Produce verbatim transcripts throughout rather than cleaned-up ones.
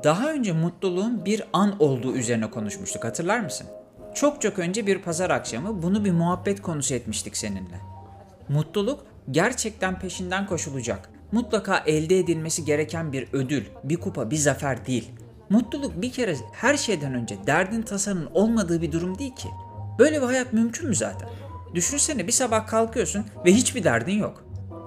Daha önce mutluluğun bir an olduğu üzerine konuşmuştuk, hatırlar mısın? Çok çok önce bir pazar akşamı bunu bir muhabbet konusu etmiştik seninle. Mutluluk gerçekten peşinden koşulacak, mutlaka elde edilmesi gereken bir ödül, bir kupa, bir zafer değil. Mutluluk bir kere her şeyden önce derdin tasanın olmadığı bir durum değil ki. Böyle bir hayat mümkün mü zaten? Düşünsene, bir sabah kalkıyorsun ve hiçbir derdin yok.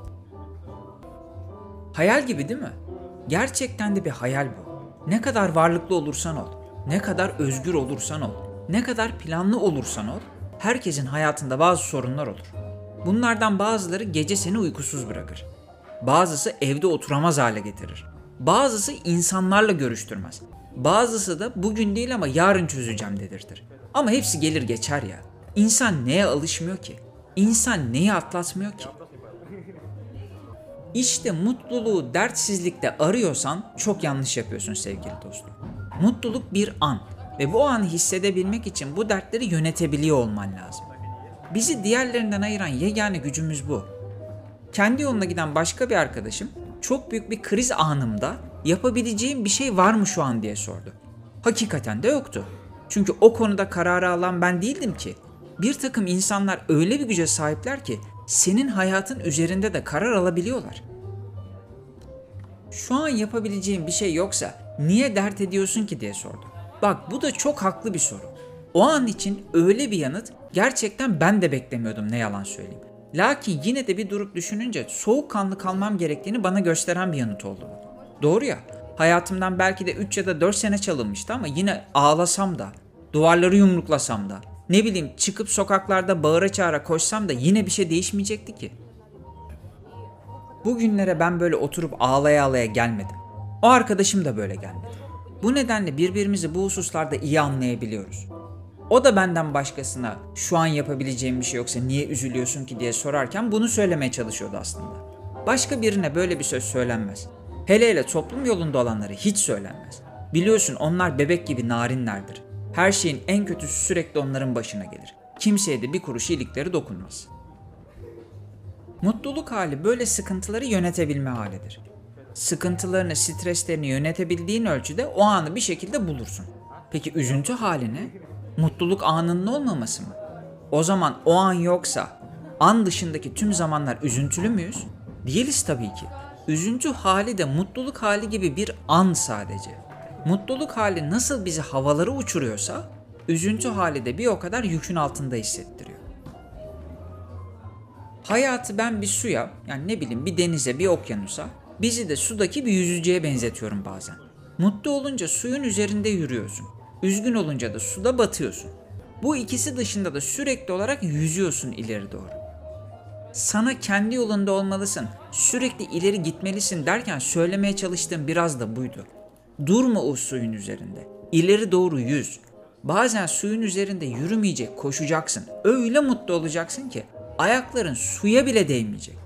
Hayal gibi değil mi? Gerçekten de bir hayal bu. Ne kadar varlıklı olursan ol, ne kadar özgür olursan ol, ne kadar planlı olursan ol, herkesin hayatında bazı sorunlar olur. Bunlardan bazıları gece seni uykusuz bırakır. Bazısı evde oturamaz hale getirir. Bazısı insanlarla görüştürmez. Bazısı da bugün değil ama yarın çözeceğim dedirtir. Ama hepsi gelir geçer ya. İnsan neye alışmıyor ki? İnsan neyi atlatmıyor ki? İşte mutluluğu dertsizlikte arıyorsan çok yanlış yapıyorsun sevgili dostum. Mutluluk bir an ve bu anı hissedebilmek için bu dertleri yönetebiliyor olman lazım. Bizi diğerlerinden ayıran yegane gücümüz bu. Kendi yoluna giden başka bir arkadaşım çok büyük bir kriz anımda yapabileceğim bir şey var mı şu an diye sordu. Hakikaten de yoktu. Çünkü o konuda kararı alan ben değildim ki. Bir takım insanlar öyle bir güce sahipler ki senin hayatın üzerinde de karar alabiliyorlar. Şu an yapabileceğin bir şey yoksa niye dert ediyorsun ki diye sordu. Bak, bu da çok haklı bir soru. O an için öyle bir yanıt gerçekten ben de beklemiyordum, ne yalan söyleyeyim. Lakin yine de bir durup düşününce soğukkanlı kalmam gerektiğini bana gösteren bir yanıt oldu bu. Doğru ya, hayatımdan belki de üç ya da dört sene çalınmıştı ama yine ağlasam da, duvarları yumruklasam da, ne bileyim çıkıp sokaklarda bağıra çağıra koşsam da yine bir şey değişmeyecekti ki. Bugünlere ben böyle oturup ağlaya ağlaya gelmedim. O arkadaşım da böyle gelmedi. Bu nedenle birbirimizi bu hususlarda iyi anlayabiliyoruz. O da benden başkasına şu an yapabileceğim bir şey yoksa niye üzülüyorsun ki diye sorarken bunu söylemeye çalışıyordu aslında. Başka birine böyle bir söz söylenmez. Hele hele toplum yolunda olanları hiç söylenmez. Biliyorsun, onlar bebek gibi narinlerdir. Her şeyin en kötüsü sürekli onların başına gelir. Kimseye de bir kuruş iyilikleri dokunmaz. Mutluluk hali böyle sıkıntıları yönetebilme halidir. Sıkıntılarını, streslerini yönetebildiğin ölçüde o anı bir şekilde bulursun. Peki üzüntü hali ne? Mutluluk anının olmaması mı? O zaman o an yoksa, an dışındaki tüm zamanlar üzüntülü müyüz? Değiliz tabii ki. Üzüntü hali de mutluluk hali gibi bir an sadece. Mutluluk hali nasıl bizi havalara uçuruyorsa, üzüntü hali de bir o kadar yükün altında hissettiriyor. Hayatı ben bir suya, yani ne bileyim bir denize, bir okyanusa, bizi de sudaki bir yüzücüye benzetiyorum bazen. Mutlu olunca suyun üzerinde yürüyorsun. Üzgün olunca da suda batıyorsun. Bu ikisi dışında da sürekli olarak yüzüyorsun ileri doğru. Sana kendi yolunda olmalısın, sürekli ileri gitmelisin derken söylemeye çalıştığım biraz da buydu. Durma o suyun üzerinde. İleri doğru yüz. Bazen suyun üzerinde yürümeyecek, koşacaksın. Öyle mutlu olacaksın ki ayakların suya bile değmeyecek.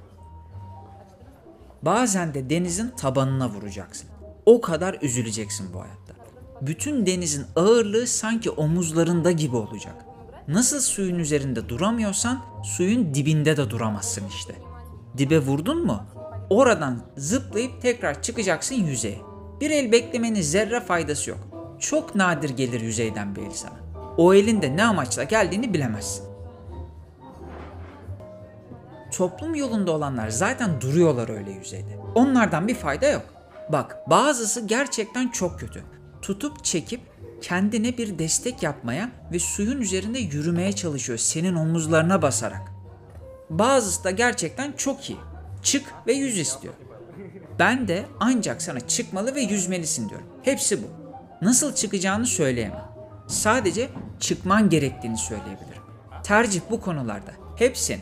Bazen de denizin tabanına vuracaksın. O kadar üzüleceksin bu hayatta. Bütün denizin ağırlığı sanki omuzlarında gibi olacak. Nasıl suyun üzerinde duramıyorsan suyun dibinde de duramazsın işte. Dibe vurdun mu? Oradan zıplayıp tekrar çıkacaksın yüzeye. Bir el beklemenin zerre faydası yok. Çok nadir gelir yüzeyden bir el sana. O elin de ne amaçla geldiğini bilemezsin. Toplum yolunda olanlar zaten duruyorlar öyle yüzeyde. Onlardan bir fayda yok. Bak, bazısı gerçekten çok kötü. Tutup çekip kendine bir destek yapmaya ve suyun üzerinde yürümeye çalışıyor senin omuzlarına basarak. Bazısı da gerçekten çok iyi. Çık ve yüz istiyor. Ben de ancak sana çıkmalı ve yüzmelisin diyorum. Hepsi bu. Nasıl çıkacağını söyleyemem. Sadece çıkman gerektiğini söyleyebilirim. Tercih bu konularda. Hepsin.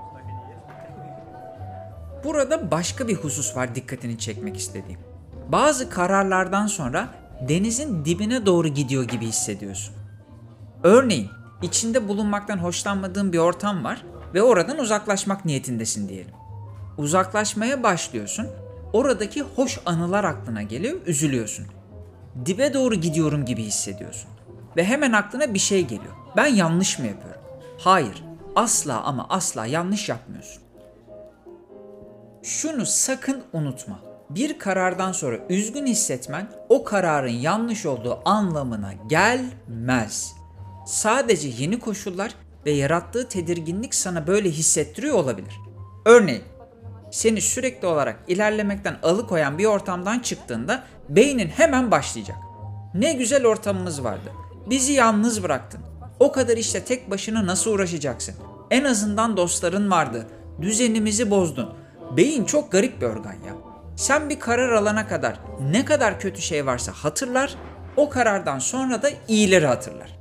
Burada başka bir husus var dikkatini çekmek istediğim. Bazı kararlardan sonra denizin dibine doğru gidiyor gibi hissediyorsun. Örneğin içinde bulunmaktan hoşlanmadığın bir ortam var ve oradan uzaklaşmak niyetindesin diyelim. Uzaklaşmaya başlıyorsun, oradaki hoş anılar aklına geliyor, üzülüyorsun. Dibe doğru gidiyorum gibi hissediyorsun. Ve hemen aklına bir şey geliyor. Ben yanlış mı yapıyorum? Hayır, asla ama asla yanlış yapmıyorsun. Şunu sakın unutma. Bir karardan sonra üzgün hissetmen o kararın yanlış olduğu anlamına gelmez. Sadece yeni koşullar ve yarattığı tedirginlik sana böyle hissettiriyor olabilir. Örneğin, seni sürekli olarak ilerlemekten alıkoyan bir ortamdan çıktığında beynin hemen başlayacak. Ne güzel ortamımız vardı. Bizi yalnız bıraktın. O kadar işte tek başına nasıl uğraşacaksın? En azından dostların vardı. Düzenimizi bozdun. Beyin çok garip bir organ ya. Sen bir karar alana kadar ne kadar kötü şey varsa hatırlar, o karardan sonra da iyileri hatırlar.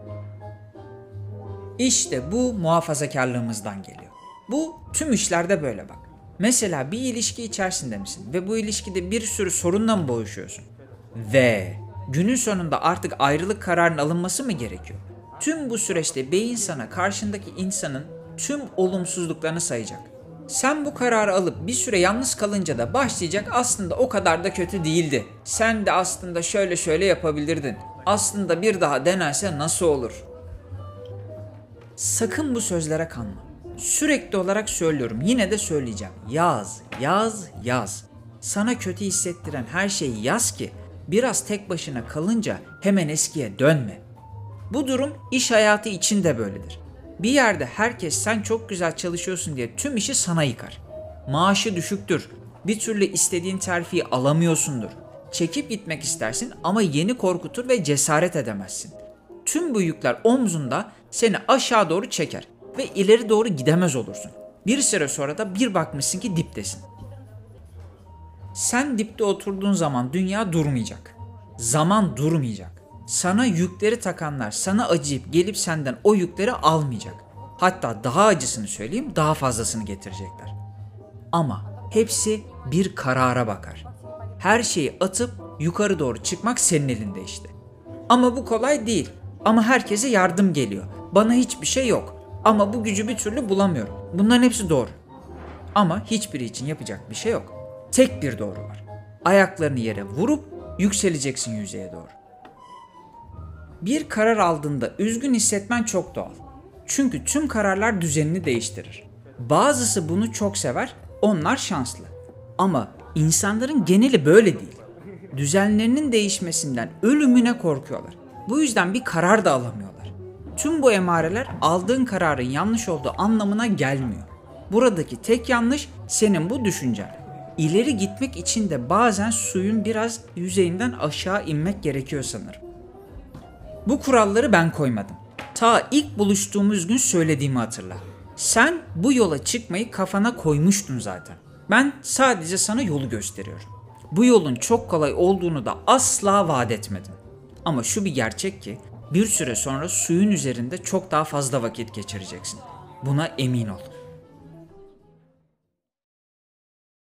İşte bu muhafazakarlığımızdan geliyor. Bu tüm işlerde böyle bak. Mesela bir ilişki içerisinde misin ve bu ilişkide bir sürü sorunla mı boğuşuyorsun? Ve günün sonunda artık ayrılık kararının alınması mı gerekiyor? Tüm bu süreçte beyin sana karşındaki insanın tüm olumsuzluklarını sayacak. Sen bu kararı alıp bir süre yalnız kalınca da başlayacak, aslında o kadar da kötü değildi. Sen de aslında şöyle şöyle yapabilirdin. Aslında bir daha denerse nasıl olur? Sakın bu sözlere kanma. Sürekli olarak söylüyorum, yine de söyleyeceğim. Yaz, yaz, yaz. Sana kötü hissettiren her şeyi yaz ki biraz tek başına kalınca hemen eskiye dönme. Bu durum iş hayatı için de böyledir. Bir yerde herkes sen çok güzel çalışıyorsun diye tüm işi sana yıkar. Maaşı düşüktür. Bir türlü istediğin terfiyi alamıyorsundur. Çekip gitmek istersin ama yeni korkutur ve cesaret edemezsin. Tüm bu yükler omzunda seni aşağı doğru çeker ve ileri doğru gidemez olursun. Bir süre sonra da bir bakmışsın ki diptesin. Sen dipte oturduğun zaman dünya durmayacak. Zaman durmayacak. Sana yükleri takanlar sana acıyıp gelip senden o yükleri almayacak. Hatta daha acısını söyleyeyim, daha fazlasını getirecekler. Ama hepsi bir karara bakar. Her şeyi atıp yukarı doğru çıkmak senin elinde işte. Ama bu kolay değil. Ama herkese yardım geliyor. Bana hiçbir şey yok. Ama bu gücü bir türlü bulamıyorum. Bunların hepsi doğru. Ama hiçbiri için yapacak bir şey yok. Tek bir doğru var. Ayaklarını yere vurup yükseleceksin yüzeye doğru. Bir karar aldığında üzgün hissetmen çok doğal. Çünkü tüm kararlar düzenini değiştirir. Bazısı bunu çok sever, onlar şanslı. Ama insanların geneli böyle değil. Düzenlerinin değişmesinden ölümüne korkuyorlar. Bu yüzden bir karar da alamıyorlar. Tüm bu emareler aldığın kararın yanlış olduğu anlamına gelmiyor. Buradaki tek yanlış senin bu düşüncen. İleri gitmek için de bazen suyun biraz yüzeyinden aşağı inmek gerekiyor sanırım. Bu kuralları ben koymadım. Ta ilk buluştuğumuz gün söylediğimi hatırla. Sen bu yola çıkmayı kafana koymuştun zaten. Ben sadece sana yolu gösteriyorum. Bu yolun çok kolay olduğunu da asla vaat etmedim. Ama şu bir gerçek ki bir süre sonra suyun üzerinde çok daha fazla vakit geçireceksin. Buna emin ol.